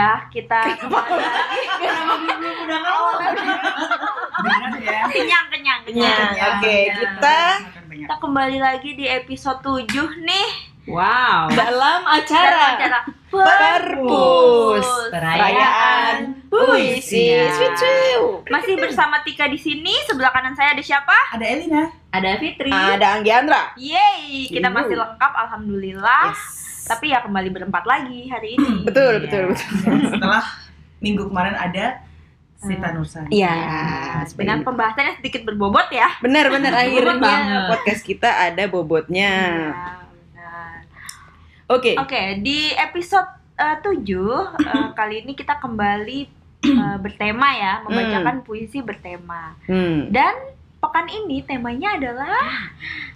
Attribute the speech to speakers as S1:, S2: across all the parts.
S1: ya, kita kembali lagi.
S2: Belum udah ngawal.
S1: Kenyang.
S3: Oke, kita
S1: kembali lagi di episode 7 nih.
S2: Wow.
S3: dalam acara Perpus Perayaan Puisi.
S1: Masih bersama Tika di sini. Sebelah kanan saya ada siapa?
S4: Ada Elina,
S2: Ada Fitri.
S3: Ada Anggiandra.
S1: Yeay, kita masih lengkap, alhamdulillah. Tapi ya kembali berempat lagi hari ini.
S3: Betul.
S4: setelah minggu kemarin ada Sita Nursani.
S3: Iya,
S1: Dengan pembahasan yang sedikit berbobot ya.
S3: benar akhirnya
S2: banget.
S3: podcast kita ada bobotnya.
S1: Iya, benar.
S3: Oke.
S1: Oke, di episode 7 kali ini kita kembali bertema ya, membacakan puisi bertema. Dan pekan ini temanya adalah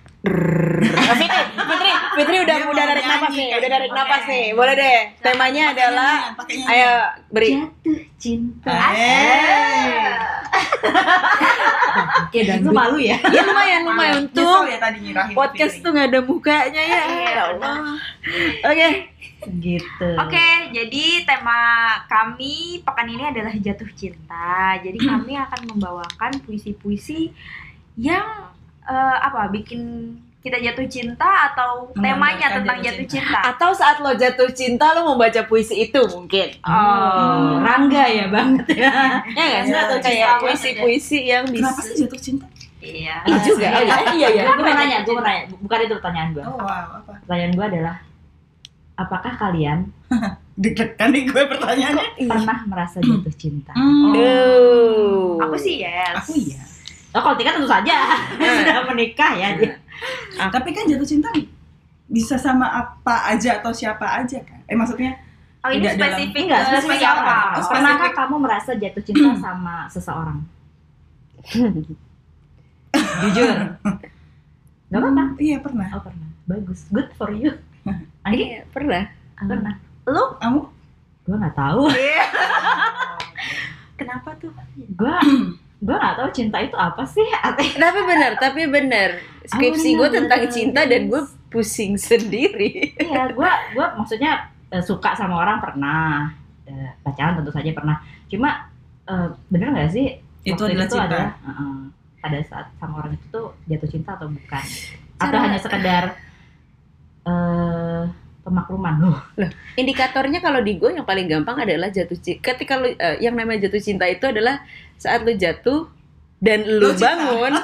S3: Fitri udah narik napas nih. Boleh deh. Temanya adalah ayo beri.
S1: jatuh cinta.
S2: Dan gue malu ya.
S3: Ya lumayan
S4: Nyesel
S3: untuk
S4: ya tadi nyerahin
S3: podcast
S4: Fitri.
S3: tuh nggak ada mukanya ya. Ya Allah. Oke.
S2: Gitu.
S1: Oke, jadi tema kami pekan ini adalah jatuh cinta. Jadi kami akan membawakan puisi-puisi yang bikin kita jatuh cinta atau temanya
S4: Menggambarkan
S1: tentang
S4: jatuh
S1: jatuh cinta.
S3: Atau saat lo jatuh cinta lo membaca puisi itu mungkin.
S2: Oh, Rangga ya banget ya.
S3: Ya nggak sih?
S4: Iya,
S3: Atau
S4: cinta
S3: kayak
S1: banget
S3: puisi-puisi yang
S4: Kenapa
S3: bisa.
S4: sih jatuh cinta?
S1: Iya.
S3: Iya juga. Iya.
S2: Gue mau nanya. Bukan itu pertanyaan gue.
S4: Oh wow, apa?
S2: Pertanyaan gue adalah, apakah kalian
S4: Deg-degan nih gue pertanyaannya.
S2: pernah merasa jatuh cinta?
S1: Aku sih yes.
S4: Aku iya.
S2: Oh, kalau Tika tentu saja sudah menikah ya dia.
S4: Tapi kan jatuh cinta bisa sama apa aja atau siapa aja kan? Maksudnya
S1: Oh, ini
S4: Tidak dalam-
S1: spesifik
S2: Enggak,
S1: ke
S2: spesifik
S1: siapa?
S2: apa?
S4: Oh,
S2: Pernahkah
S4: spesifik.
S2: kamu merasa jatuh cinta sama seseorang? Jujur. Gak apa-apa.
S4: Iya pernah.
S2: Oh, pernah. Bagus. Good for you. Anggi?
S3: Iya, pernah.
S2: Pernah.
S1: Lu
S4: Kamu?
S2: Gue gak tahu.
S1: kenapa tuh?
S2: Gue gak tahu cinta itu apa sih.
S3: Tapi bener. Skripsi gue tentang cinta dan gue pusing sendiri.
S2: Iya, gue maksudnya suka sama orang pernah. Pacaran tentu saja pernah. Cuma bener gak sih
S4: Itu
S2: waktu
S4: adalah cinta.
S2: pada saat sama orang itu tuh jatuh cinta atau bukan? Atau hanya sekedar pemakluman loh.
S3: Indikatornya kalau di gue yang paling gampang adalah jatuh cinta. Ketika lo, yang namanya jatuh cinta itu adalah saat lo jatuh dan lo
S4: Lo cinta.
S3: bangun.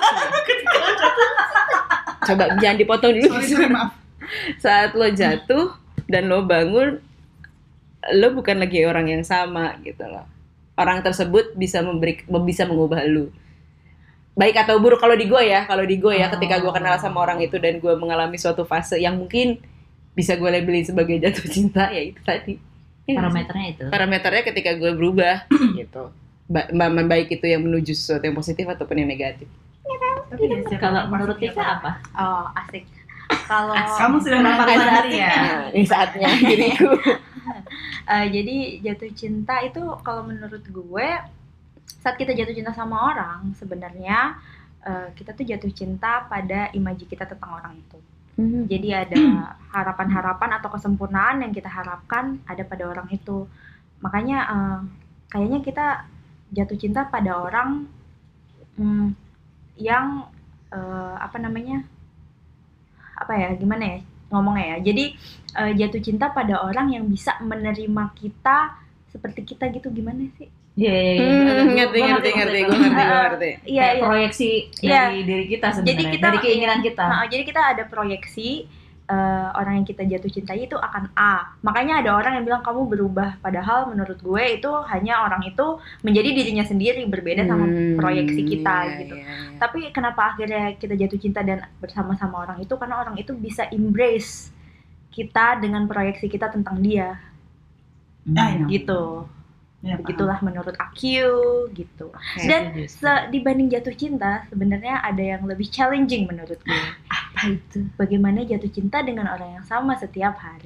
S3: Coba jangan dipotong dulu.
S4: Sorry, maaf.
S3: Saat lo jatuh dan lo bangun, lo bukan lagi orang yang sama gitu loh. Orang tersebut bisa mengubah lo. Baik atau buruk kalau di gue ya, ketika gue kenal sama orang itu dan gue mengalami suatu fase yang mungkin bisa gue labelin sebagai jatuh cinta, ya itu tadi. Ya,
S2: Parameternya itu.
S3: parameternya ketika gue berubah gitu. Baik itu yang menuju sesuatu yang positif ataupun yang negatif.
S4: Tapi ya, siapa
S2: Kalau
S4: tahu
S2: menurut
S4: pasti
S2: Tika apa?
S1: Oh, asik. Kalau
S4: Kamu sudah
S2: Berapa
S4: melakukan
S2: hari ya?
S3: Nah, ini saatnya diriku.
S1: jadi jatuh cinta itu kalau menurut gue saat kita jatuh cinta sama orang sebenarnya kita tuh jatuh cinta pada imaji kita tentang orang itu. Jadi ada harapan-harapan atau kesempurnaan yang kita harapkan ada pada orang itu. Makanya kayaknya kita jatuh cinta pada orang yang gimana ya ngomongnya ya. Jadi jatuh cinta pada orang yang bisa menerima kita seperti kita gitu, gimana sih?
S2: Iya.
S3: Ngerti. Gue ngerti.
S1: Iya.
S2: Proyeksi
S1: Iya.
S2: dari diri kita sebenarnya.
S1: Jadi kita
S2: dari keinginan kita.
S1: Jadi kita ada proyeksi orang yang kita jatuh cintai itu akan A. Makanya ada orang yang bilang kamu berubah, padahal menurut gue itu hanya orang itu menjadi dirinya sendiri, berbeda sama proyeksi kita gitu. Tapi kenapa akhirnya kita jatuh cinta dan bersama-sama orang itu? Karena orang itu bisa embrace kita dengan proyeksi kita tentang dia. Gitu.
S4: Ya,
S1: Begitulah menurut aku gitu. Dan dibanding jatuh cinta sebenarnya ada yang lebih challenging menurut gue.
S2: Apa itu?
S1: Bagaimana jatuh cinta dengan orang yang sama setiap hari.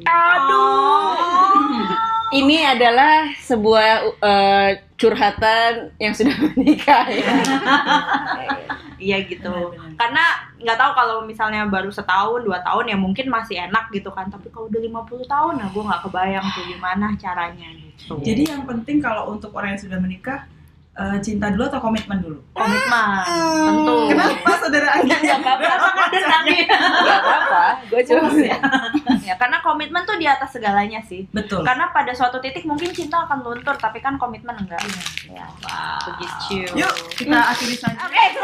S3: Ini adalah sebuah curhatan yang sudah menikah ya.
S1: Iya gitu.
S4: Benar-benar.
S1: Karena nggak tahu kalau misalnya baru setahun 2 tahun ya mungkin masih enak gitu kan. Tapi kalau udah 50 tahun ya gue nggak kebayang tuh gimana caranya gitu.
S4: Jadi yang penting kalau untuk orang yang sudah menikah, cinta dulu atau komitmen dulu?
S1: Komitmen tentu.
S4: Kenapa saudara Anda?
S3: Nggak apa-apa. Nggak apa-apa. Gue cuma
S1: Ya karena komitmen tuh di atas segalanya sih.
S4: Betul.
S1: Karena pada suatu titik mungkin cinta akan luntur, tapi kan komitmen enggak. Ya, begitu.
S4: Yuk kita akhiri saja.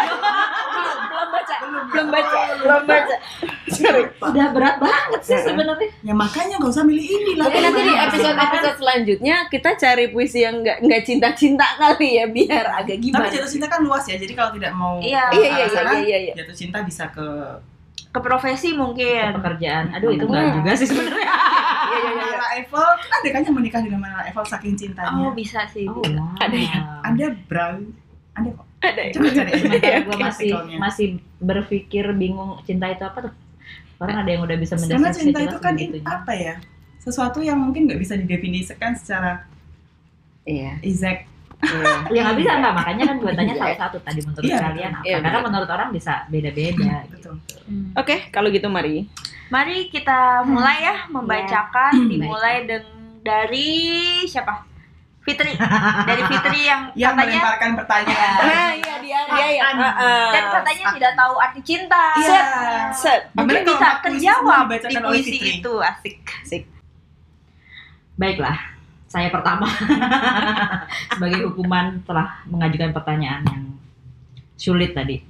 S3: belum baca. Sorry.
S2: Udah berat banget sih sebenarnya.
S4: Ya makanya nggak usah milih ini lah.
S3: Mungkin nanti di episode selanjutnya kita cari puisi yang nggak cinta-cinta kali ya biar agak
S4: Tapi
S3: gimana.
S4: jatuh cinta kan luas ya. Jadi kalau tidak mau
S1: Iya.
S4: ke
S3: Iya,
S4: arah sana,
S3: iya.
S4: jatuh cinta bisa ke
S1: Ke profesi mungkin.
S2: Pekerjaan. Aduh itu enggak juga sih sebenarnya.
S4: Manara Eiffel. Kan ada kan yang menikah dengan Manara Eiffel saking cintanya.
S1: Oh, bisa sih.
S2: Oh, wow.
S3: Ada ya?
S4: Ada Brown. Ada kok.
S3: Ada ya?
S4: Coba cari aja.
S2: Sementara gue
S4: Artikelnya.
S2: masih berpikir bingung cinta itu apa tuh. Orang ada yang udah bisa
S4: Karena
S2: mendeskripsikan
S4: cinta itu kan
S2: sebegitunya.
S4: apa ya? Sesuatu yang mungkin nggak bisa didefinisikan secara
S3: Iya.
S4: exact.
S2: Ya nggak bisa nggak, makanya kan gue tanya satu-satu tadi menurut
S4: Iya,
S2: kalian apa?
S3: Iya,
S2: Karena
S3: betul.
S2: menurut orang bisa beda-beda.
S4: Betul.
S3: Oke, kalau gitu mari.
S1: Mari kita mulai ya membacakan. Dimulai dari siapa? Fitri. Dari Fitri yang
S4: Yang
S1: katanya
S4: melemparkan pertanyaan.
S3: Nah, iya dia ya.
S1: dan katanya tidak tahu arti cinta.
S4: Iya.
S3: Set.
S1: Mungkin
S4: Gimana kalau
S1: bisa
S4: puisi
S1: terjawab
S4: semua
S1: di
S4: dibacakan oleh
S1: puisi
S4: Fitri?
S1: itu. Asik.
S2: Baiklah, saya pertama sebagai hukuman telah mengajukan pertanyaan yang sulit tadi.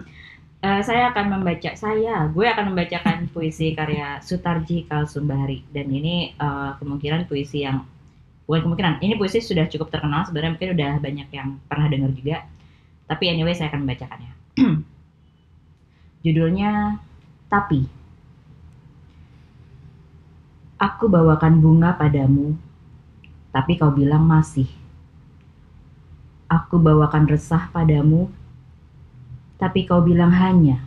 S2: Gue akan membacakan puisi karya Sutarji Kalsumbahri, dan ini kemungkinan puisi yang bukan kemungkinan, ini puisi sudah cukup terkenal sebenarnya, mungkin udah banyak yang pernah dengar juga. Tapi anyway saya akan membacakannya. Judulnya Tapi. Aku bawakan bunga padamu, tapi kau bilang masih. Aku bawakan resah padamu, tapi kau bilang hanya.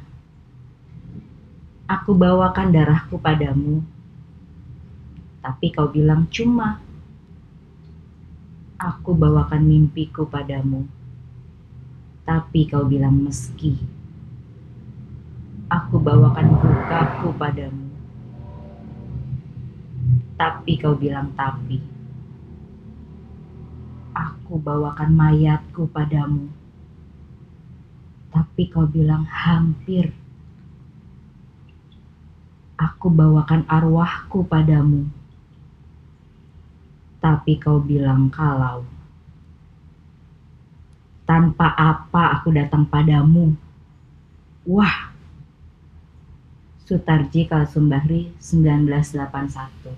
S2: Aku bawakan darahku padamu, tapi kau bilang cuma. Aku bawakan mimpiku padamu, tapi kau bilang meski. Aku bawakan dukaku padamu, tapi kau bilang tapi. Aku bawakan mayatku padamu, tapi kau bilang hampir. Aku bawakan arwahku padamu, tapi kau bilang kalau. Tanpa apa aku datang padamu. Wah. Sutarji Kalsumbahri 1981.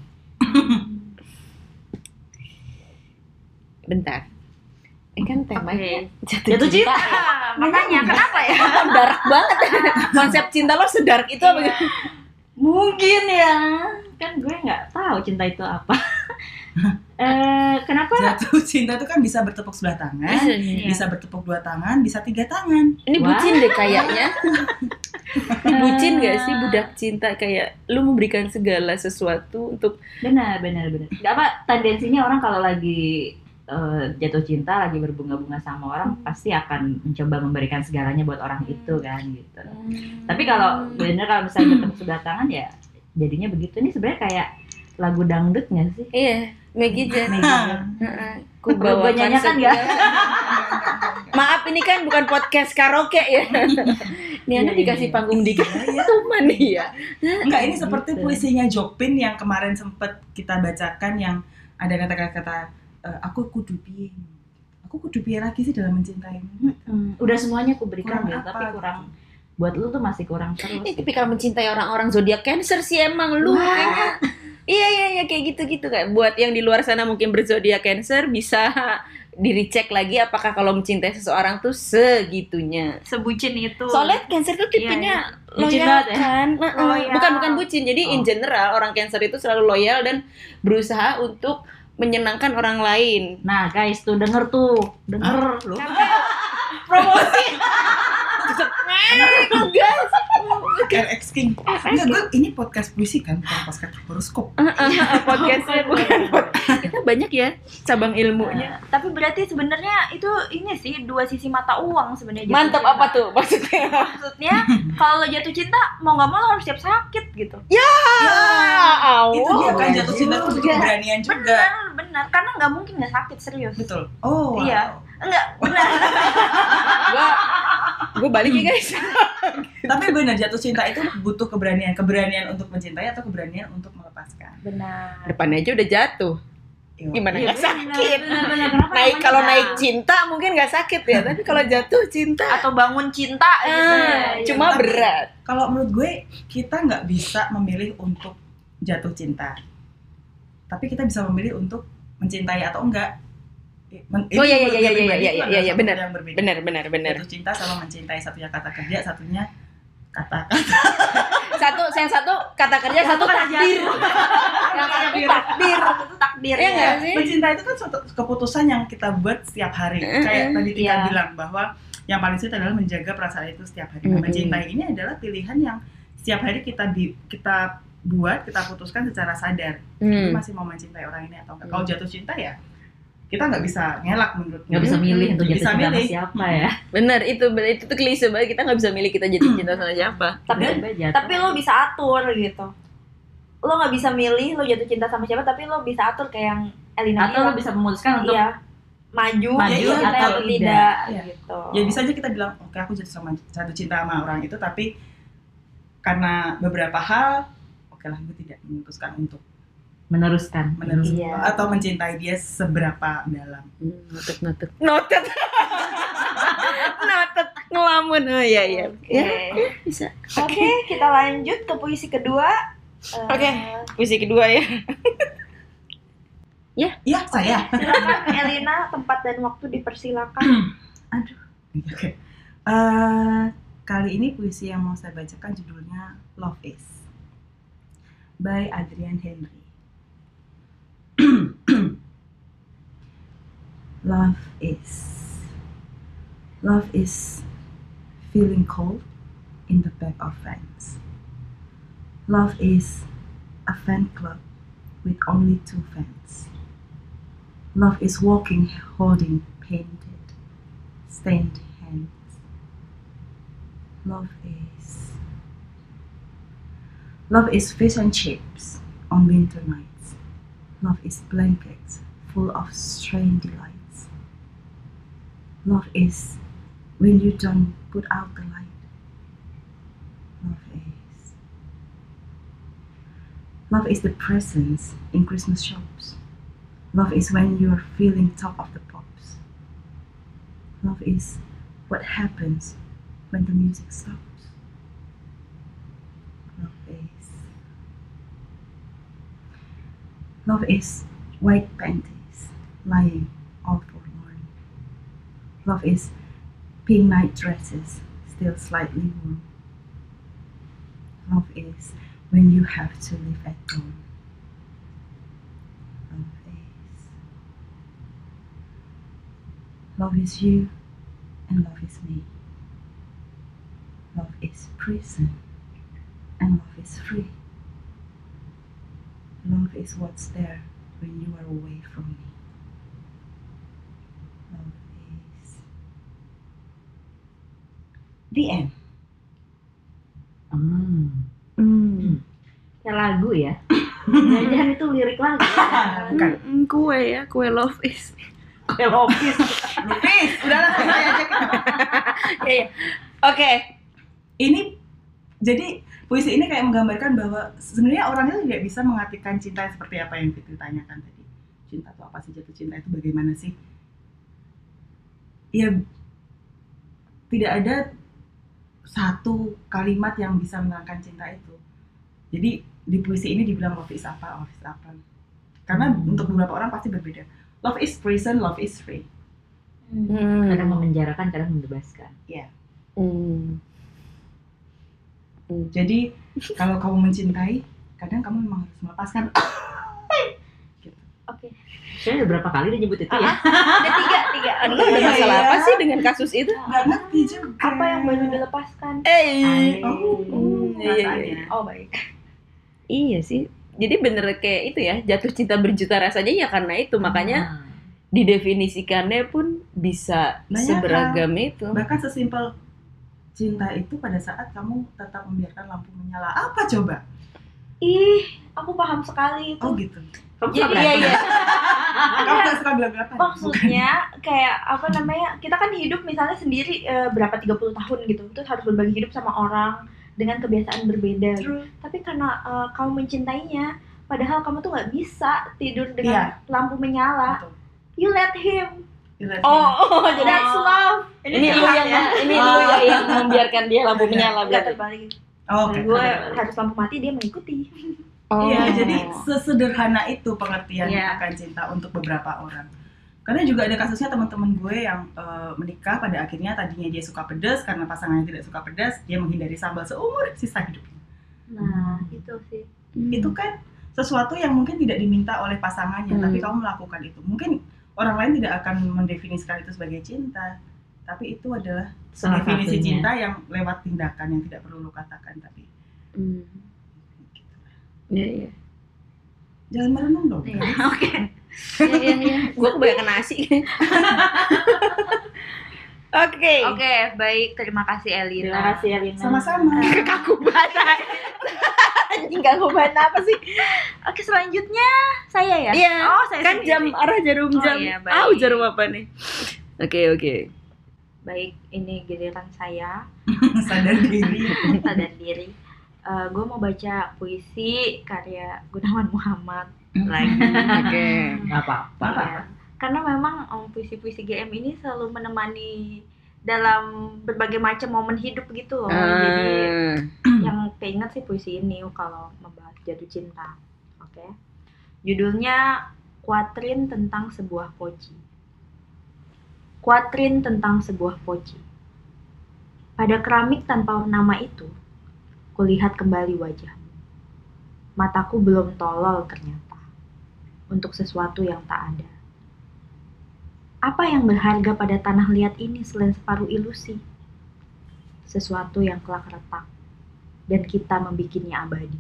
S3: Bentar. Ini kan temanya
S2: Jatuh cinta.
S1: Ah, makanya kenapa ya?
S3: dark banget. Konsep cinta lo sedark itu apa gitu?
S2: Mungkin ya. Kan gue nggak tahu cinta itu apa. Kenapa?
S4: Jatuh cinta itu kan bisa bertepuk sebelah tangan, bisa bertepuk dua tangan, bisa 3 tangan.
S3: Ini
S2: Wah.
S3: bucin deh kayaknya. Ini bucin gak sih budak cinta, kayak lu memberikan segala sesuatu untuk
S2: Benar. Gak apa, tendensinya orang kalau lagi jatuh cinta, lagi berbunga-bunga sama orang, pasti akan mencoba memberikan segalanya buat orang itu kan gitu. Tapi kalau kalau misalnya bertepuk sebelah tangan ya jadinya begitu. Ini sebenarnya kayak lagu dangdut nggak sih?
S3: iya, Maggie Jen. Ku
S2: Perlu gue nyanyikan nggak?
S3: Maaf, ini kan bukan podcast karaoke ya. Ini anak
S2: Iya,
S3: dikasih
S2: iya.
S3: panggung dikit. Tuman ya.
S4: Enggak, ini seperti
S2: Gitu.
S4: puisinya Jokpin yang kemarin sempat kita bacakan, yang ada kata-kata aku kudu piye. Aku kudu piye lagi sih dalam mencintaimu.
S2: Udah semuanya aku berikan
S4: Kurang
S2: gitu,
S4: apa
S2: tapi
S4: gitu?
S2: kurang buat lu tuh masih kurang terus.
S3: Ini tipikal mencintai orang-orang zodiak Cancer sih emang lu kayaknya. Iya kayak gitu-gitu kan. Buat yang di luar sana mungkin berzodiak Cancer bisa di-recheck lagi apakah kalau mencintai seseorang tuh segitunya.
S1: Sebucin itu.
S3: Soalnya Cancer tuh tipenya
S2: Bucin
S3: loyal
S2: banget ya?
S3: kan.
S1: Loyal.
S3: Bukan bucin. Jadi in general orang Cancer itu selalu loyal dan berusaha untuk menyenangkan orang lain.
S2: Nah guys tuh denger lu.
S3: Promosi. guys.
S4: RX King. Enggak, gue ini podcast puisi kan, bukan podcast horoskop.
S3: Podcastnya bukan kita banyak ya cabang ilmunya.
S1: Tapi berarti sebenarnya itu ini sih dua sisi mata uang sebenarnya. jatuh
S3: Mantap
S1: cinta.
S3: apa tuh maksudnya?
S1: Maksudnya kalau lo jatuh cinta mau nggak mau lo harus siap sakit gitu.
S4: Itu dia kan jatuh cinta itu butuh keberanian juga.
S1: Benar. Karena nggak mungkin nggak sakit serius.
S4: Betul. Oh, wow.
S1: Iya. Enggak, benar.
S3: Gue balik ya guys.
S4: Tapi benar, jatuh cinta itu butuh keberanian. Keberanian untuk mencintai atau keberanian untuk melepaskan.
S1: Benar.
S3: Depannya aja udah jatuh. Gimana
S2: Iya,
S3: nggak sakit?
S2: benar. Kenapa
S3: Naik
S2: namanya
S3: kalau
S2: cinta?
S3: naik cinta mungkin nggak sakit ya, tapi kalau jatuh cinta
S1: Atau bangun cinta gitu ya.
S3: cuma
S4: Tapi-
S3: berat.
S4: Kalau menurut gue, kita nggak bisa memilih untuk jatuh cinta. Tapi kita bisa memilih untuk mencintai atau enggak.
S3: Oh, iya, iya, benar.
S4: Yang berbeda.
S3: Benar.
S4: Jatuh cinta sama mencintai, satunya kata kerja, satunya kata
S3: Yang satu kata kerja, satu takdir. Yang satu takdir.
S1: Itu takdir.
S3: Iya nggak sih?
S4: Mencinta itu kan suatu keputusan yang kita buat setiap hari. Kayak tadi Tika
S1: Iya.
S4: bilang bahwa yang paling sulit adalah menjaga perasaan itu setiap hari. Nah, mencintai ini adalah pilihan yang setiap hari kita buat, kita putuskan secara sadar. Kita masih mau mencintai orang ini atau enggak. Kalau jatuh cinta ya kita nggak bisa ngelak menurut gue.
S2: Nggak bisa milih untuk jatuh
S4: Bisa
S2: cinta sama
S4: milih.
S2: siapa ya.
S3: Bener, itu tuh klise banget, kita nggak bisa milih kita jatuh cinta sama siapa.
S1: Tapi lo bisa atur gitu. Lo nggak bisa milih lo jatuh cinta sama siapa, tapi lo bisa atur kayak yang Elina
S2: atau lo
S1: bilang.
S2: bisa memutuskan untuk
S1: Iya. Maju
S4: Iya,
S1: atau
S2: atau
S1: tidak
S4: Iya.
S1: gitu.
S4: Ya bisa aja kita bilang, oke aku jatuh cinta sama orang itu, tapi karena beberapa hal, oke lah gue tidak memutuskan untuk
S2: meneruskan.
S1: Iya.
S4: atau mencintai dia seberapa dalam.
S3: Noted. Noted ngelamun. Oh iya.
S1: Oke.
S3: Ya, bisa.
S1: Oke, kita lanjut ke puisi kedua.
S3: Oke. Puisi kedua ya.
S4: Iya, saya.
S1: Silakan Elina, tempat dan waktu dipersilakan.
S4: Aduh. Oke. Kali ini puisi yang mau saya bacakan judulnya Love Is by Adrian Henry. Love is feeling cold in the back of fans. Love is a fan club with only 2 fans. Love is walking holding painted, stained hands. Love is fish and chips on winter nights. Love is blankets full of strange delights. Love is when you don't put out the light. Love is the presents in Christmas shops. Love is when you're feeling top of the pops. Love is what happens when the music stops. Love is white panties lying all forlorn. Love is pink night dresses still slightly warm. Love is when you have to leave at dawn. Love is you and love is me. Love is prison and love is free. Love is what's there when you are away from me. Love is the end.
S2: Kayak lagu ya. Jangan itu lirik lagu.
S4: Bukan.
S3: Kue love is.
S2: Kayak lopis.
S4: Please, udahlah saya aja.
S3: Iya. Oke.
S4: Ini jadi puisi ini kayak menggambarkan bahwa sebenarnya orang itu tidak bisa mengartikan cinta seperti apa yang Fitri tanyakan tadi. Cinta itu apa sih, jatuh cinta itu bagaimana sih? Ya, tidak ada satu kalimat yang bisa menerangkan cinta itu. Jadi di puisi ini dibilang love is apa. Karena untuk beberapa orang pasti berbeda. Love is prison, love is free.
S2: Kadang memenjarakan, kadang membebaskan.
S4: Jadi kalau kamu mencintai, kadang kamu memang harus melepaskan.
S1: Oke.
S2: Saya udah berapa kali dia nyebut itu ya?
S1: Ada tiga.
S3: Anda ada masalah apa sih dengan kasus itu?
S4: Nggak ngerti juga.
S1: Apa yang baru dilepaskan?
S3: Iya.
S1: Oh baik.
S3: Iya sih. Jadi bener kayak itu ya, jatuh cinta berjuta rasanya ya karena itu. Makanya didefinisikannya pun bisa
S4: Banyak
S3: seberagam itu.
S4: Bahkan sesimpel cinta itu pada saat kamu tetap membiarkan lampu menyala. Apa coba?
S1: Ih, aku paham sekali itu.
S4: Oh gitu.
S2: Kamu
S1: Jadi
S2: suka berantem?
S1: iya.
S4: Kamu nggak suka bilang-bilang
S1: Maksudnya kayak apa namanya? Kita kan hidup misalnya sendiri berapa 30 tahun gitu. Terus harus berbagi hidup sama orang dengan kebiasaan berbeda.
S4: True.
S1: Tapi karena kamu mencintainya, padahal kamu tuh nggak bisa tidur dengan lampu menyala.
S4: Betul.
S1: You let him.
S3: Jadi
S1: That's love.
S3: ini lu yang yang membiarkan dia lampu menyala
S1: Nggak
S3: berarti.
S1: terbalik.
S4: Oke.
S1: Gue harus lampu mati, dia mengikuti.
S4: Iya, jadi sesederhana itu pengertian
S1: Iya.
S4: akan cinta untuk beberapa orang. Karena juga ada kasusnya teman-teman gue yang menikah pada akhirnya tadinya dia suka pedas karena pasangannya tidak suka pedas, dia menghindari sambal seumur sisa hidupnya.
S1: Nah, itu sih.
S4: Itu kan sesuatu yang mungkin tidak diminta oleh pasangannya, tapi kamu melakukan itu. Mungkin orang lain tidak akan mendefinisikan itu sebagai cinta, tapi itu adalah
S2: Salah
S4: definisi
S2: satunya.
S4: cinta yang lewat tindakan yang tidak perlu lo katakan tapi.
S3: Iya.
S4: Jangan merenung dong.
S1: Iya, oke.
S3: Iya. Gua kebanyakan nasi. Oke.
S1: Oke, baik. Terima kasih Elina.
S2: Terima kasih Alina.
S4: Sama-sama.
S3: Kaku banget. Anjing kaku banget apa sih?
S1: Oke, selanjutnya saya ya.
S3: Iya.
S1: Oh, saya
S3: Kan
S1: sendiri.
S3: arah jarum
S1: Oh,
S3: jam.
S1: iya, baik.
S3: Jarum apa nih? Oke.
S1: Baik, ini giliran saya.
S4: Sadar diri.
S1: Sadar diri. Gue mau baca puisi karya Gunawan Muhammad lagi.
S3: Oke.
S2: Nggak apa-apa.
S1: Ya. Karena memang puisi-puisi GM ini selalu menemani dalam berbagai macam momen hidup gitu loh. Jadi yang keinget sih puisi ini kalau membahas jatuh cinta. Oke. Judulnya Kuatrin tentang sebuah poci. Kuatrin tentang sebuah poci. Pada keramik tanpa nama itu, kulihat kembali wajahmu. Mataku belum tolol ternyata untuk sesuatu yang tak ada. Apa yang berharga pada tanah liat ini selain separuh ilusi? Sesuatu yang kelak retak dan kita membikinnya abadi.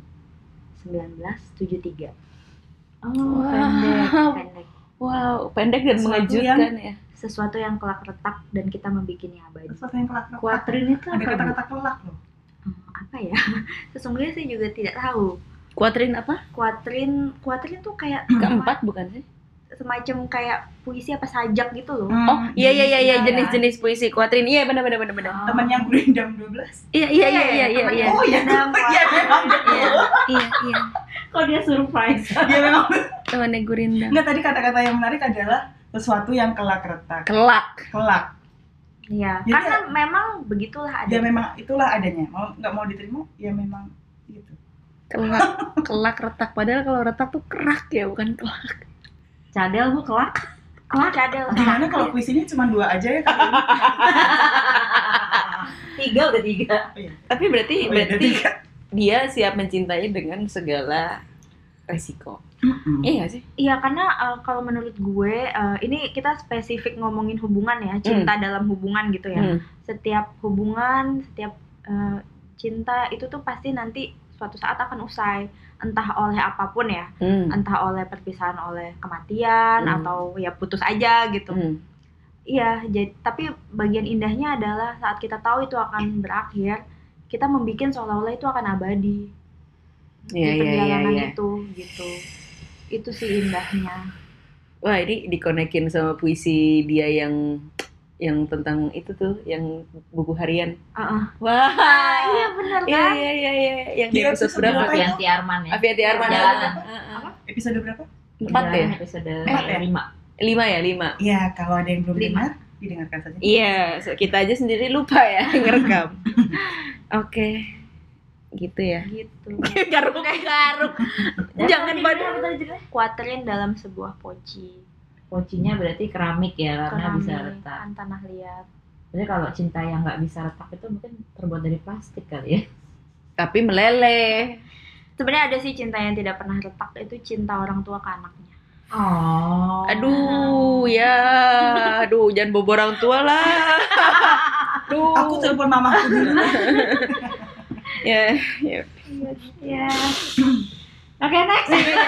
S1: 1973.
S3: Oh,
S1: Pendek.
S3: Wow, pendek dan
S4: Sesuatu
S3: mengejutkan ya.
S1: Sesuatu yang kelak retak dan kita membikinnya abadi.
S4: Sesuatu yang kelak.
S2: Kuatrin itu
S4: Ada
S2: apa?
S4: kata-kata kelak loh.
S1: Apa ya? Sesungguhnya saya juga tidak tahu.
S3: Kuatrin apa?
S1: Kuatrin tuh kayak
S3: Keempat bukan sih?
S1: semacam kayak puisi apa sajak gitu loh.
S3: Oh, iya
S4: Iya.
S3: jenis-jenis puisi kuatrin. Iya benar.
S4: Temennya Gurindam 12.
S3: Iya.
S1: Temennya
S4: Oh iya.
S1: Gurindam,
S4: Iya memang betul.
S3: Iya.
S2: Kok dia surprise?
S4: Iya memang.
S3: Temannya Gurinda.
S4: Enggak, tadi kata-kata yang menarik adalah sesuatu yang kelak retak.
S3: Kelak.
S1: Iya,
S4: Jadi
S1: karena memang begitulah ada.
S4: Ya memang itulah adanya. Mau nggak mau diterima ya memang gitu.
S3: Kelak retak. Padahal kalau retak tuh kerak ya, bukan kelak.
S2: Cadel bu kelak.
S1: Kelak cadel.
S4: Gimana kalau kuis ini cuma 2 aja ya kali ini?
S2: 3 udah 3.
S3: Tapi berarti
S4: Oh, iya, ada 3.
S3: dia siap mencintai dengan segala resiko. Iya nggak sih?
S1: Iya, karena kalau menurut gue ini kita spesifik ngomongin hubungan ya, cinta dalam hubungan gitu ya. Setiap hubungan, setiap cinta itu tuh pasti nanti suatu saat akan usai, entah oleh apapun ya, entah oleh perpisahan, oleh kematian atau ya putus aja gitu. Iya, tapi bagian indahnya adalah saat kita tahu itu akan berakhir, kita membuat seolah-olah itu akan abadi di perjalanan itu gitu. Itu sih indahnya.
S3: Wah, ini dikonekin sama puisi dia yang tentang itu tuh, yang buku harian. Wah,
S1: Iya benar kan?
S3: Iya. Yang di
S4: Dia
S3: episode
S4: episode
S3: berapa?
S4: berapa ya?
S2: Afianti Arman ya.
S3: Afianti Arman.
S2: Jalanan.
S4: Episode berapa?
S3: 4 ya?
S2: Episode
S4: ya?
S2: 5.
S3: 5.
S4: Ya kalau ada yang belum
S1: 5.
S4: dengar, didengarkan saja.
S3: Iya, kita aja sendiri lupa ya ngerekam. Oke. Gitu ya.
S1: Gitu.
S3: Garuk. Jangan pada
S1: Kuatrin dalam sebuah poci.
S2: Pocinya berarti keramik ya, karena bisa
S1: Keramik,
S2: retak.
S1: kan tanah liat.
S2: Jadi kalau cinta yang nggak bisa retak itu mungkin terbuat dari plastik kali ya.
S3: tapi meleleh.
S1: Sebenarnya ada sih cinta yang tidak pernah retak, itu cinta orang tua ke anaknya.
S2: Oh.
S3: Aduh, jangan bobo orang tua lah. Aduh.
S4: Aku telepon mamaku dulu.
S3: Ya.
S1: Ya.
S2: Oke, next.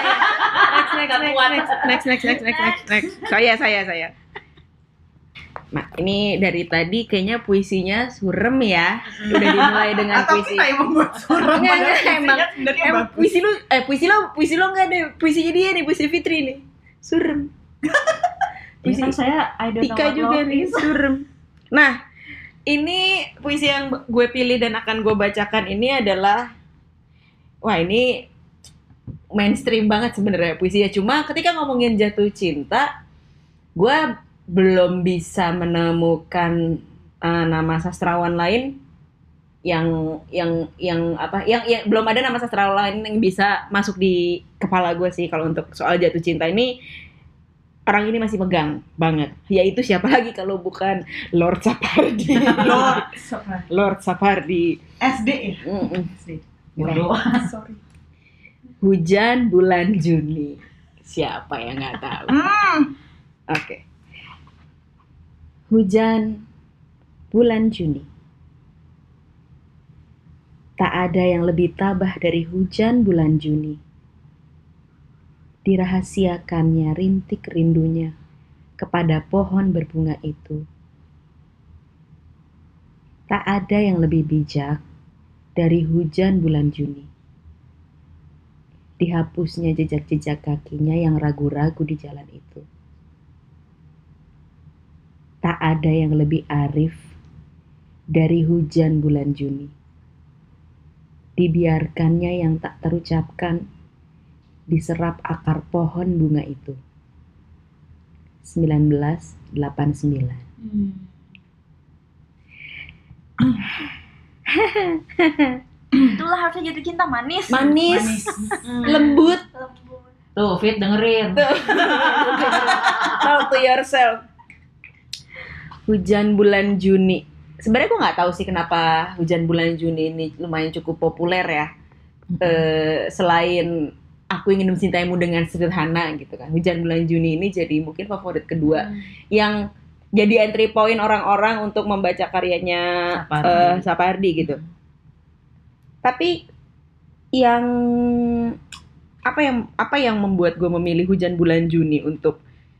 S3: Next. Saya. Nah, ini dari tadi kayaknya puisinya surem ya. Udah dimulai dengan
S4: Atau
S3: puisi.
S4: kita yang membuat surat.
S3: Enggak, emang
S4: Sebenarnya bagus.
S3: puisi lo enggak deh. Puisinya dia nih, puisi Fitri nih. Surem.
S2: Puisi saya I don't know
S3: Tika
S2: what
S3: juga
S2: love
S3: nih,
S2: is.
S3: surem. Nah, ini puisi yang gue pilih dan akan gue bacakan ini adalah, wah ini mainstream banget sebenarnya puisinya. Cuma ketika ngomongin jatuh cinta, gue belum bisa menemukan nama sastrawan lain yang belum ada nama sastrawan lain yang bisa masuk di kepala gue sih kalau untuk soal jatuh cinta ini. Orang ini masih megang banget. Yaitu siapa lagi kalau bukan Lord Sapardi. Lord Sapardi.
S4: SD ya? SD.
S2: Bodoh.
S4: Sorry.
S3: Hujan bulan Juni. Siapa yang nggak tahu? Oke. Hujan bulan Juni. Tak ada yang lebih tabah dari hujan bulan Juni. Dirahasiakannya rintik rindunya kepada pohon berbunga itu. Tak ada yang lebih bijak dari hujan bulan Juni. Dihapusnya jejak-jejak kakinya yang ragu-ragu di jalan itu. Tak ada yang lebih arif dari hujan bulan Juni. Dibiarkannya yang tak terucapkan diserap akar pohon bunga itu. 1989.
S1: Itulah harusnya jatuh cinta manis.
S3: Manis. Lembut.
S1: Lembut.
S2: Tuh, Fit dengerin.
S3: Talk to yourself. Hujan bulan Juni. Sebenarnya gue nggak tahu sih kenapa hujan bulan Juni ini lumayan cukup populer ya. Selain aku ingin mencintaimu dengan sederhana gitu kan. Hujan bulan Juni ini jadi mungkin favorit kedua yang jadi entry point orang-orang untuk membaca karyanya Sapardi gitu. Tapi yang apa yang membuat gue memilih hujan bulan Juni untuk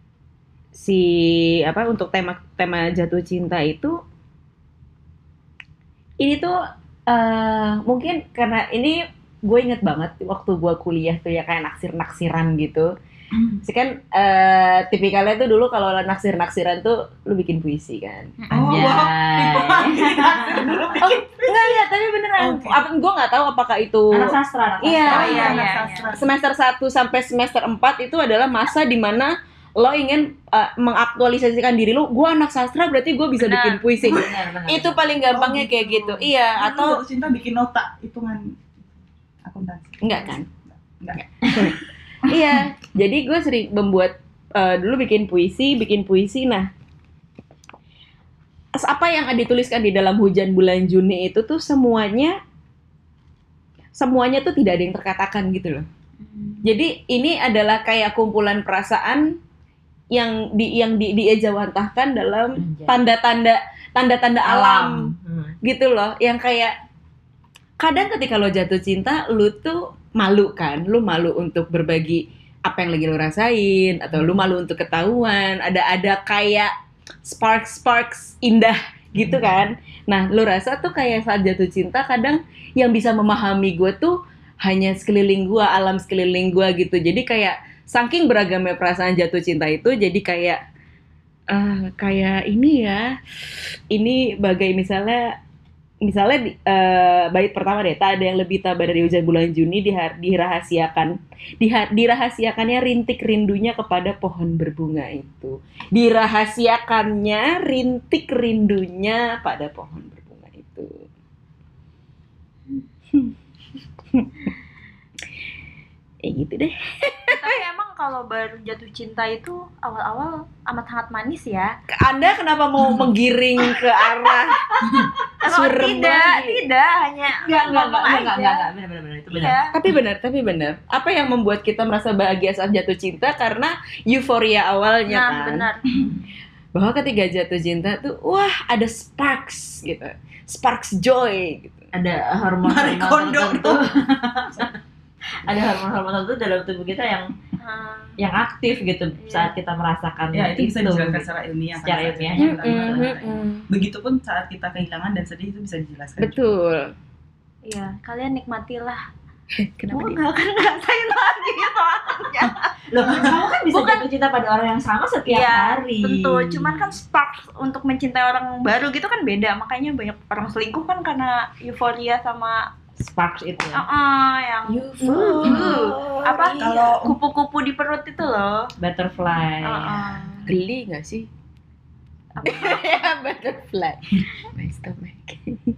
S3: untuk tema jatuh cinta itu, ini tuh mungkin karena ini gue inget banget waktu gue kuliah tuh ya kayak naksir-naksiran gitu. Sih kan tipikalnya tuh dulu kalau naksir-naksiran tuh lu bikin puisi kan. Enggak, tapi beneran.
S4: Okay.
S3: Gue nggak tahu apakah itu
S2: Anak sastra.
S3: Iya.
S4: Sastra.
S3: Semester 1 sampai semester 4 itu adalah masa di mana lo ingin mengaktualisasikan diri lo. Gue anak sastra berarti gue bisa bikin puisi.
S2: Benar.
S3: Itu paling gampangnya kayak gitu. Iya,
S4: Atau
S3: atau
S4: cinta bikin nota hitungan akuntansi.
S3: enggak kan?
S4: Enggak.
S3: Iya, jadi gue sering membuat dulu bikin puisi. Nah, apa yang dituliskan di dalam hujan bulan Juni itu tuh semuanya tuh tidak ada yang terkatakan gitu loh. Jadi ini adalah kayak kumpulan perasaan yang diejawantahkan dalam tanda-tanda alam gitu loh, yang kayak kadang ketika lo jatuh cinta lu tuh malu kan, lu malu untuk berbagi apa yang lagi lo rasain, atau lu malu untuk ketahuan, ada kayak sparks indah gitu kan. Nah, lu rasa tuh kayak saat jatuh cinta kadang yang bisa memahami gue tuh hanya sekeliling gue, alam sekeliling gue gitu. Jadi kayak saking beragamnya perasaan jatuh cinta itu, jadi kayak ini bagai misalnya bait pertama deh, tak ada yang lebih tabah dari hujan bulan Juni, dirahasiakannya rintik rindunya kepada pohon berbunga itu. Dirahasiakannya rintik rindunya pada pohon berbunga itu. Gitu deh.
S1: Tapi emang kalau baru jatuh cinta itu awal-awal amat sangat manis ya.
S3: Anda kenapa mau menggiring ke arah
S1: Atau
S3: Surem
S1: tidak,
S3: lagi.
S1: tidak hanya ngomong aja.
S2: benar itu benar.
S1: Iya.
S3: Tapi benar. Apa yang membuat kita merasa bahagia saat jatuh cinta? Karena euforia awalnya
S1: Nah,
S3: kan.
S1: benar.
S3: Bahwa ketika jatuh cinta tuh, wah ada sparks gitu. Sparks joy gitu.
S2: Ada
S4: Marie Kondo
S2: tertentu. Ada hormon-hormon tertentu dalam tubuh kita yang aktif gitu
S1: Iya.
S2: saat kita merasakan
S4: Ya, itu bisa dijelaskan
S2: gitu.
S4: secara ilmiah.
S2: Secara
S4: kan,
S2: ilmiah.
S4: Begitupun saat kita kehilangan dan sedih itu bisa dijelaskan.
S3: Betul.
S1: Iya, kalian nikmatilah.
S3: Kenapa
S1: Gue
S3: dia?
S1: nggak akan ngerasain lagi soalnya.
S2: Loh, kamu kan bisa
S1: Bukan.
S2: jatuh cinta pada orang yang sama setiap
S1: Iya,
S2: hari.
S1: tentu. Cuman kan spark untuk mencintai orang baru gitu kan beda. Makanya banyak orang selingkuh kan karena euforia sama
S2: sparks itu ya.
S1: yang
S3: Apa?
S4: Kalau
S1: kupu-kupu di perut itu loh.
S2: Butterfly.
S3: Geli nggak sih?
S1: Apa?
S3: Ya, butterfly. My stomach.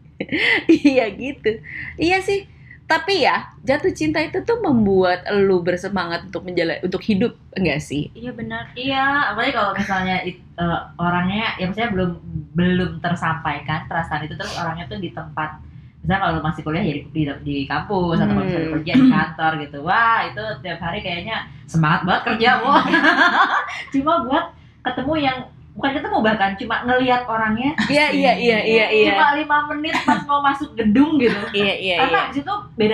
S3: Iya gitu. Iya sih. Tapi ya, jatuh cinta itu tuh membuat lu bersemangat untuk untuk hidup, enggak sih?
S1: Iya benar.
S2: Iya, apalagi kalau misalnya orangnya, ya maksudnya belum tersampaikan perasaan itu, terus orangnya tuh di tempat, misalnya kalau lu masih kuliah ya di kampus atau kalau misalnya kerja di kantor gitu, wah itu tiap hari kayaknya semangat banget kerja, wah. Cuma buat ketemu yang bukan ketemu, bahkan cuma ngelihat orangnya.
S3: Iya.
S2: Cuma 5 menit pas mau masuk gedung gitu.
S3: Iya.
S2: Karena di situ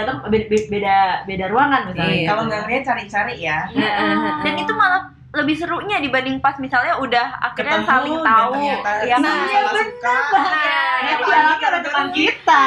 S2: beda ruangan misalnya.
S3: Iya.
S4: kalau nggak ngeliat cari-cari ya.
S1: Dan itu malah lebih serunya dibanding pas misalnya udah akhirnya
S4: Ketemu,
S1: saling
S4: dan
S1: tahu.
S4: ternyata
S1: Ya
S4: sama
S1: kan?
S4: salah suka.
S2: Nah, di dalamnya ada teman kita.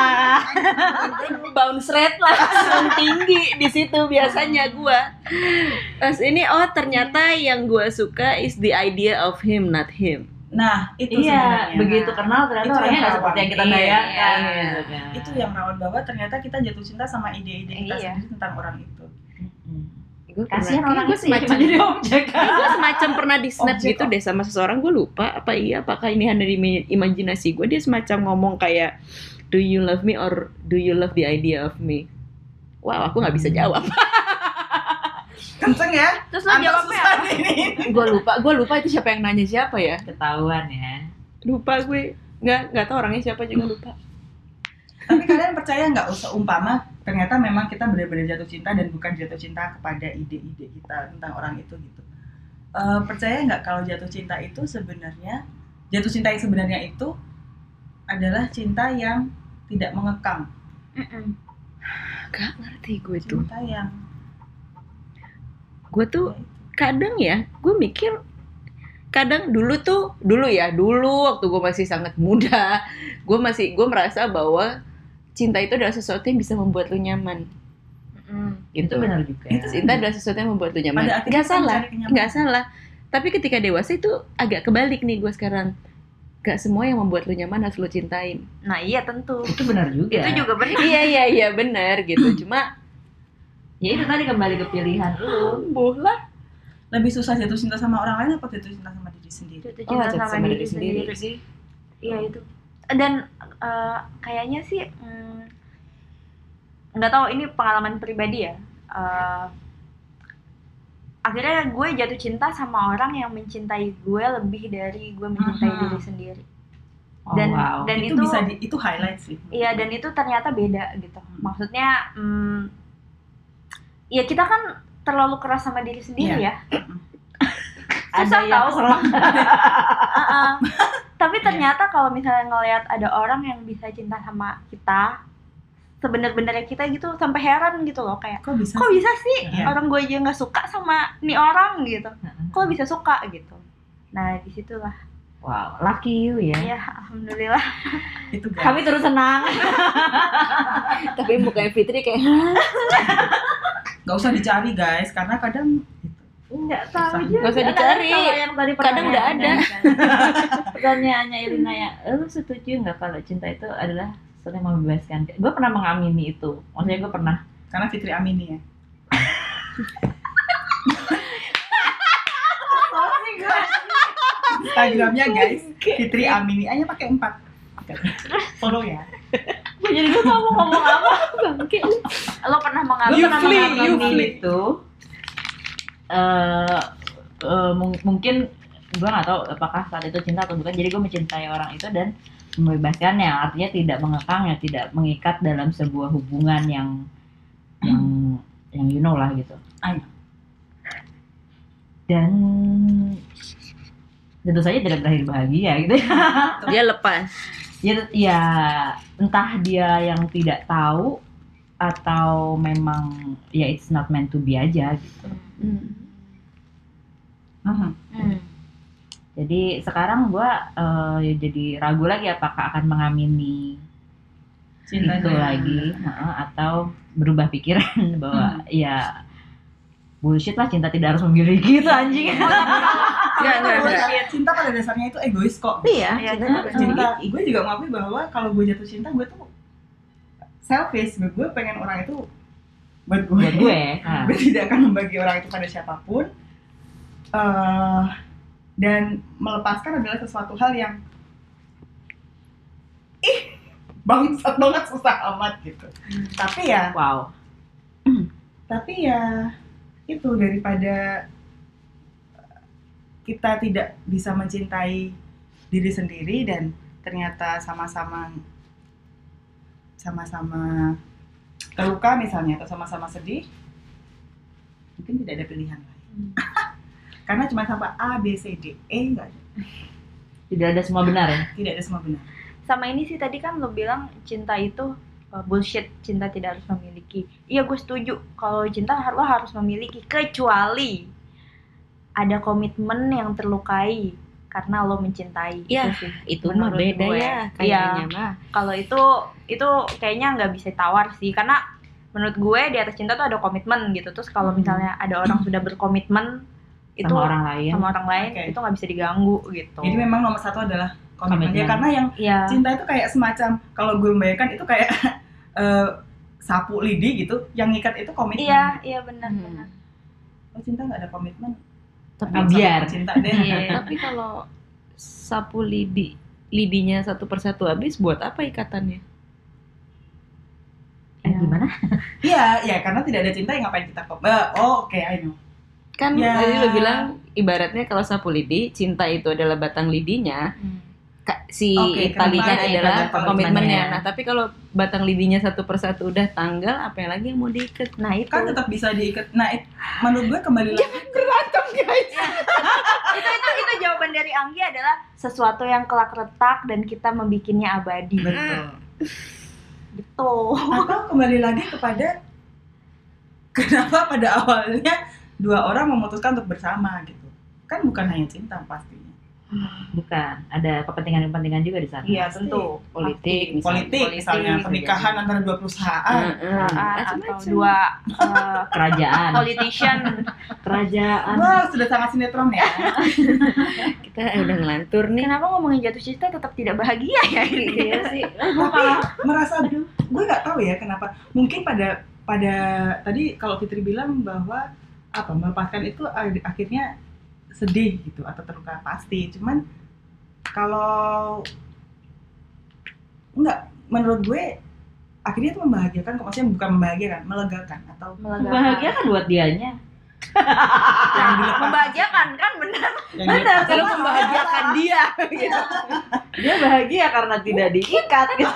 S3: Bounce rate langsung tinggi di situ biasanya gua. Terus ini ternyata yang gua suka is the idea of him not him.
S4: Nah, itu
S2: Iya,
S4: sebenarnya.
S2: begitu kenal ternyata
S4: Itu
S2: orangnya
S4: yang
S2: nggak
S4: rawan.
S2: seperti yang kita
S3: Iya,
S2: bayangkan.
S3: iya.
S2: Gitu kan.
S4: Itu yang rawan, bahwa ternyata kita jatuh cinta sama ide-ide kita
S1: Iya.
S4: sendiri tentang orang itu.
S2: Kasihan orang
S3: gue
S2: itu ya, cuma
S3: semacam
S2: jadi objek.
S3: gue semacam pernah di snap
S4: Objek
S3: gitu deh sama seseorang, gue lupa apakah ini hanya di imajinasi gue, dia semacam ngomong kayak do you love me or do you love the idea of me. Wow, aku nggak bisa jawab.
S4: Kenceng ya?
S1: Terus lo
S4: Anda
S1: jawabnya
S4: susah
S1: apa?
S4: ini.
S3: gue lupa itu siapa yang nanya siapa ya.
S2: Ketahuan ya.
S3: Lupa gue, nggak tahu orangnya siapa juga lupa.
S4: Tapi kalian percaya nggak, umpama ternyata memang kita benar-benar jatuh cinta dan bukan jatuh cinta kepada ide-ide kita tentang orang itu gitu. Percaya nggak kalau jatuh cinta itu sebenarnya, jatuh cinta yang sebenarnya itu adalah cinta yang tidak mengekang.
S3: Gak ngerti gue tuh.
S4: Cinta yang
S3: Gue tuh kadang ya, gue mikir kadang dulu waktu gue masih sangat muda, gue merasa bahwa cinta itu adalah sesuatu yang bisa membuat lu nyaman.
S2: Itu
S3: Gitu.
S2: benar juga.
S3: Cinta adalah sesuatu yang membuat lu nyaman.
S4: Pada akhirnya
S3: Nggak
S4: kita
S3: salah,
S4: mencari kenyamanan.
S3: nggak salah. Tapi ketika dewasa itu agak kebalik nih gue sekarang. Gak semua yang membuat lu nyaman harus lu cintain.
S1: Nah iya tentu.
S2: Itu benar juga.
S1: Itu juga benar.
S3: Iya benar gitu. Cuma
S2: Ya itu tadi kembali ke pilihan lu.
S3: lah.
S4: lebih susah jatuh cinta sama orang lain apa jatuh cinta sama diri sendiri?
S1: Jatuh
S3: Oh,
S1: cinta
S3: jatuh
S1: sama diri sendiri.
S3: sih.
S1: Iya itu. Dan kayaknya sih nggak tahu, ini pengalaman pribadi ya. Akhirnya gue jatuh cinta sama orang yang mencintai gue lebih dari gue mencintai diri sendiri.
S2: Oh,
S1: Dan
S2: wow.
S1: dan
S4: itu bisa itu highlight sih.
S1: iya, dan itu ternyata beda gitu. Maksudnya ya kita kan terlalu keras sama diri sendiri ya.
S2: Ada
S1: Susah
S2: yang
S1: tahu.
S2: serem.
S1: Tapi ternyata kalau misalnya ngelihat ada orang yang bisa cinta sama kita sebenar-benarnya kita gitu, sampai heran gitu loh, kayak
S4: Kok bisa?
S1: kok bisa sih
S4: Iya.
S1: orang gue aja nggak suka sama nih orang gitu, kok bisa suka gitu. Nah disitulah
S2: Wow, lucky you ya.
S1: ya, alhamdulillah.
S4: Itu guys.
S2: Kami terus senang.
S3: Tapi mukanya Fitri kayak
S4: Gak usah dicari guys, karena kadang gitu.
S2: Enggak tahu
S4: Susah.
S2: juga.
S3: Nggak usah dicari.
S2: Kalau yang tadi
S3: Kadang udah ada.
S2: Pertanyaannya Irina ya, lu setuju nggak kalau cinta itu adalah sesuatu yang membebaskan? Gue pernah mengamini itu. Maksudnya gue pernah.
S4: Karena Fitri Amini ya. Instagramnya guys, Fitri Amini, aja pakai 4. Follow ya.
S2: Gue jadi gue mau ngomong apa?
S3: bangke.
S1: Lo pernah
S2: Gue
S1: mengalami
S2: pernah
S3: flee, you
S2: mengalami
S3: flee.
S2: itu. Mungkin gue nggak tahu apakah saat itu cinta atau bukan. Jadi gue mencintai orang itu dan membebaskannya, artinya tidak mengekang ya, tidak mengikat dalam sebuah hubungan yang you know lah gitu.
S4: I know.
S2: Dan tentu saja tidak berakhir bahagia gitu ya.
S3: Dia lepas.
S2: Ya entah dia yang tidak tahu atau memang ya it's not meant to be aja gitu. Jadi sekarang gue jadi ragu lagi apakah akan mengamini
S4: Cinta
S2: itu lagi atau berubah pikiran bahwa ya bullshit lah, cinta tidak harus memiliki itu anjing.
S3: Enggak.
S4: Cinta pada dasarnya itu egois kok.
S3: Iya,
S4: Cinta, gue juga mengakui bahwa kalau gue jatuh cinta, gue tuh selfish. Gue pengen orang itu buat gue.
S2: Buat gue.
S4: Gue tidak akan membagi orang itu pada siapapun. Dan melepaskan adalah sesuatu hal yang bangsat banget, susah amat gitu. Tapi ya
S2: Wow.
S4: Tapi ya itu, daripada kita tidak bisa mencintai diri sendiri dan ternyata sama-sama terluka misalnya, atau sama-sama sedih, mungkin tidak ada pilihan lain. Karena cuma sampai A, B, C, D, E nggak ada.
S2: Tidak ada semua benar ya.
S4: Tidak ada semua benar.
S1: Sama ini sih tadi kan lo bilang cinta itu bullshit, cinta tidak harus memiliki. Iya, gue setuju. Kalau cinta lo harus memiliki, kecuali ada komitmen yang terlukai karena lo mencintai.
S3: Ya,
S1: Itu sih.
S3: itu mah
S1: menurut
S3: beda
S1: gue.
S3: ya kayaknya mah.
S1: Kalau itu kayaknya nggak bisa tawar sih, karena menurut gue di atas cinta tuh ada komitmen gitu. Terus kalau misalnya ada orang sudah berkomitmen itu
S2: Sama orang lain.
S4: Oke.
S1: itu nggak bisa diganggu gitu.
S4: Jadi memang nomor satu adalah komitmen.
S2: Komitmen.
S4: Ya, karena yang
S1: Iya.
S4: cinta itu kayak semacam, kalau gue membayangkan itu kayak sapu lidi gitu, yang ngikat itu komitmen.
S1: Iya benar.
S4: Oh, cinta nggak ada komitmen.
S2: Tapi
S4: Nggak usah
S2: biar.
S4: cinta deh.
S1: Iya.
S3: Tapi kalau sapu lidinya satu persatu habis, buat apa ikatannya?
S2: Gimana?
S4: Iya, ya karena tidak ada cinta, ya ngapain kita oke, I know.
S3: Kan
S4: Ya.
S3: tadi lo bilang ibaratnya kalau sapu lidi, cinta itu adalah batang lidinya, si
S4: Oke,
S3: talinya
S4: kenapa
S3: adalah
S2: ikatan
S3: komitmennya.
S2: komitmennya?
S3: Nah, tapi kalau batang lidinya satu persatu udah tanggal, apa yang lagi yang mau diikat?
S1: Nah itu
S4: Kan tetap bisa diikat. Nah, menurut gue kembali lagi.
S1: itu jawaban dari Anggi adalah sesuatu yang kelak retak dan kita membikinnya abadi.
S4: Betul.
S1: Betul.
S4: Atau kembali lagi kepada kenapa pada awalnya dua orang memutuskan untuk bersama gitu. Kan bukan hanya cinta pastinya.
S2: Bukan, ada kepentingan-kepentingan juga di sana.
S1: Iya tentu.
S3: Politik, misalnya.
S4: Politik misalnya, pernikahan antara dua perusahaan.
S1: Atau
S3: Macam-macam.
S1: dua
S2: Kerajaan.
S1: politician.
S2: Kerajaan.
S4: Wah, sudah sangat sinetron ya.
S3: Kita udah ngelantur nih.
S1: Kenapa ngomongin jatuh cinta tetap tidak bahagia ya ini?
S2: Iya sih.
S4: Tapi merasa, gue nggak tahu ya kenapa. Mungkin pada tadi kalau Fitri bilang bahwa melepaskan itu akhirnya sedih gitu atau terluka pasti. Cuman kalau enggak, menurut gue akhirnya itu membahagiakan kok, maksudnya bukan membahagiakan, melegakan atau
S2: Bahagia kan buat dianya.
S4: yang dilepas.
S1: Membahagiakan kan benar.
S4: Yang
S2: Benar,
S4: dilepas.
S3: Kalau membahagiakan dia.
S2: Dia bahagia karena tidak diikat gitu.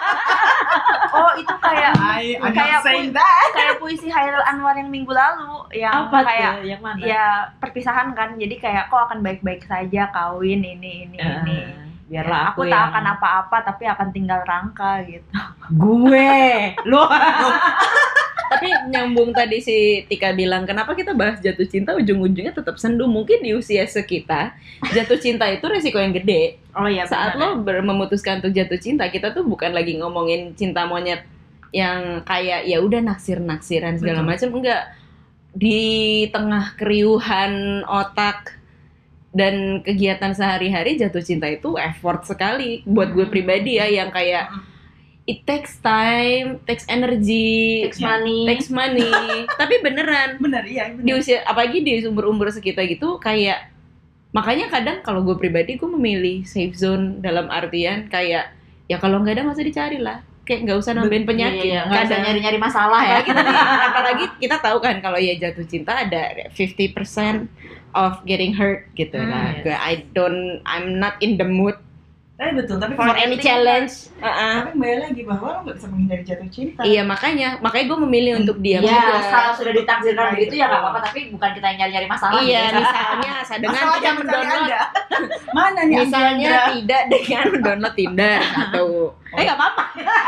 S1: Oh itu kayak
S4: I'm
S1: Kayak
S4: not saying that.
S1: kayak puisi Hairil Anwar yang minggu lalu yang
S2: Apa
S1: kayak
S2: tuh? Yang mana?
S1: ya perpisahan kan, jadi kayak kok akan baik-baik saja kawin ini.
S2: Biarlah aku
S1: tak
S2: yang
S1: akan apa-apa tapi akan tinggal rangka gitu.
S2: gue. Lo.
S3: Tapi nyambung tadi si Tika bilang, kenapa kita bahas jatuh cinta ujung-ujungnya tetap sendu. Mungkin di usia sekita, jatuh cinta itu resiko yang gede.
S1: Oh iya.
S3: Saat lo memutuskan untuk jatuh cinta, kita tuh bukan lagi ngomongin cinta monyet yang kayak ya udah naksir-naksiran segala
S4: Betul.
S3: macam, enggak. Di tengah keriuhan otak dan kegiatan sehari-hari, jatuh cinta itu effort sekali buat gue pribadi ya, yang kayak it takes time, takes energy,
S2: Takes money.
S3: takes money. Tapi beneran
S4: Benar, iya.
S3: di
S4: Benar.
S3: usia, apalagi di umur sekitar gitu, kayak makanya kadang kalau gue pribadi gue memilih safe zone dalam artian kayak ya kalau nggak ada nggak usah dicari lah, kayak nggak usah nambahin penyakit.
S2: Iya, nggak usah
S3: Kadang
S2: nyari-nyari masalah ya.
S3: apalagi kita tahu kan kalau ya jatuh cinta ada 50% of getting hurt gitu lah.
S2: Yes.
S3: I'm not in the mood
S4: Tapi betul, tapi
S3: For any challenge.
S4: tapi kembali lagi bahwa lo nggak bisa menghindari jatuh cinta.
S3: Iya, makanya gue memilih untuk diam
S2: Iya,
S3: juga.
S2: kalau sudah ditakdirkan begitu ya nggak apa-apa, tapi bukan kita yang nyari-nyari masalah.
S3: Iya,
S2: gitu.
S3: misalnya dengan
S4: Masalah
S3: tidak
S4: yang mencari
S3: mendownload,
S4: Anda. Mana nih
S3: misalnya
S4: Anda?
S3: tidak dengan mendownload Tinder atau
S2: Nggak apa-apa.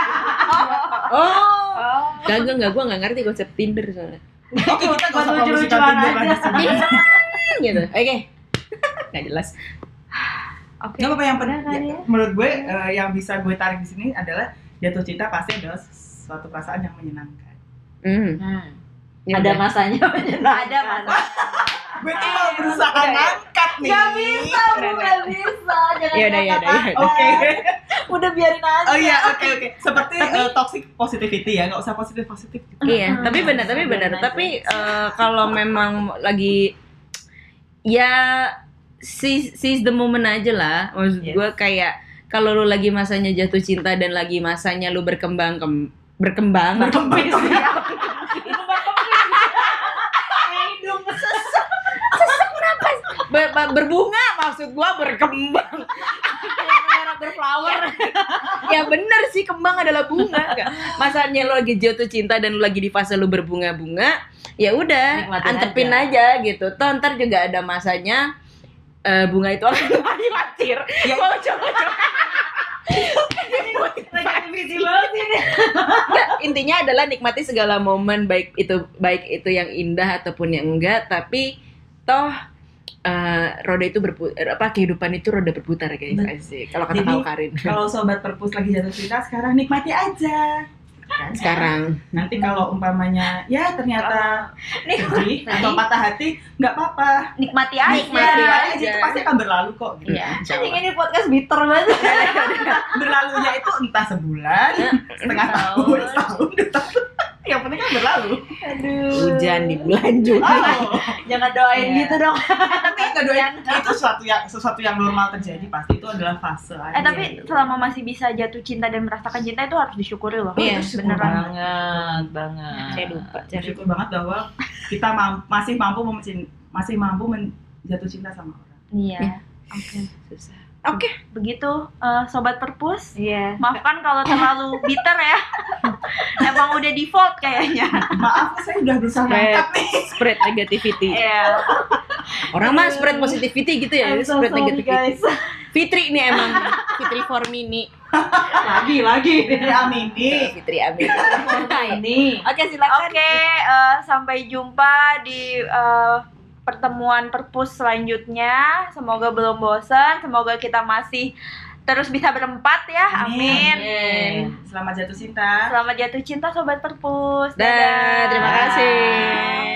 S3: enggak, gue nggak ngerti konsep Tinder soalnya.
S4: Oke, kita nggak usah
S2: Buat
S4: promosikan
S2: lucu-lucuan
S4: Tinder
S2: aja.
S4: lagi sini.
S3: Gitu. Oke. Nggak jelas.
S1: Oke.
S4: Nggak apa-apa, yang
S2: Udah kali ya.
S4: menurut gue yang bisa gue tarik di sini adalah jatuh cinta pasti adalah suatu perasaan yang menyenangkan.
S3: Ya
S2: Ada
S3: udah.
S2: masanya menyenangkan.
S1: Ada masa.
S4: Gue tuh mau berusaha ngangkat nih.
S2: Nggak bisa, Bu, nggak bisa. Jangan
S3: Ya udah.
S2: kata-kata.
S4: Oke.
S2: Udah biarin aja.
S4: Oh iya, oke. Seperti toxic positivity ya, nggak usah positif.
S3: Iya, tapi benar.
S2: Benar.
S3: Tapi kalau memang lagi ya seize the moment aja lah. Maksud
S2: Yes.
S3: gue kayak kalau lu lagi masanya jatuh cinta dan lagi masanya lu berkembang. Berbunga, maksud gua berkembang. Kayak berflower. Ya bener sih, kembang adalah bunga. Nggak. Masanya lo lagi jatuh cinta dan lo lagi di fase lo berbunga-bunga, ya udah
S2: Nikmatin
S3: antepin aja gitu. Toh ntar juga ada masanya bunga itu akan mati.
S4: Ya.
S3: Mau coba.
S2: Negativity banget ini.
S3: Nggak, intinya adalah nikmati segala momen, baik itu yang indah ataupun yang enggak, tapi toh roda itu kehidupan itu roda berputar guys. Asik. Kalau kata
S4: Jadi,
S3: Kau Karin.
S4: Kalau sobat perpus lagi jatuh cinta sekarang nikmati aja. Kan?
S3: Sekarang
S4: Nanti kalau umpamanya ya ternyata sedih atau patah hati, nggak apa-apa.
S1: Nikmati aja.
S3: Nikmati aja.
S4: Itu pasti akan berlalu kok. Gitu.
S3: Iya,
S2: Anjing, ini podcast bitter banget.
S4: Berlalunya itu entah sebulan, setengah tahun, setahun, 2 tahun. Yang penting kan berlalu.
S2: Aduh.
S3: hujan di bulan Juli.
S4: Oh.
S2: Jangan doain
S1: Iya.
S2: gitu dong.
S4: Tapi keduanya itu sesuatu yang normal terjadi, pasti itu adalah fase aja.
S1: Tapi selama masih bisa jatuh cinta dan merasakan cinta itu harus disyukuri loh.
S3: Iya,
S4: syukur
S1: beneran.
S2: banget.
S3: Saya lupa.
S4: bersyukur banget bahwa kita masih mampu jatuh cinta sama orang.
S1: Iya.
S3: Iya.
S1: Oke.
S3: Susah.
S1: Oke, begitu sobat perpus.
S2: Iya.
S1: Maafkan kalau terlalu bitter ya. Emang udah default kayaknya.
S4: Maaf, saya udah berusaha ngangkat nih.
S3: Spread negativity.
S1: Iya.
S3: Orang mah spread positivity gitu ya,
S2: I'm so
S3: spread
S2: sorry,
S3: negativity.
S2: guys.
S3: Fitri nih emang Fitri Formini.
S2: Lagi.
S4: Jadi Amini.
S3: Fitri Amin.
S2: Ini.
S3: Oke, silakan.
S1: Oke, sampai jumpa di pertemuan perpus selanjutnya. Semoga belum bosan, semoga kita masih terus bisa berempat ya.
S4: Amin.
S1: Amin.
S4: Selamat jatuh cinta.
S1: Selamat jatuh cinta sobat perpus.
S3: Dah, terima kasih.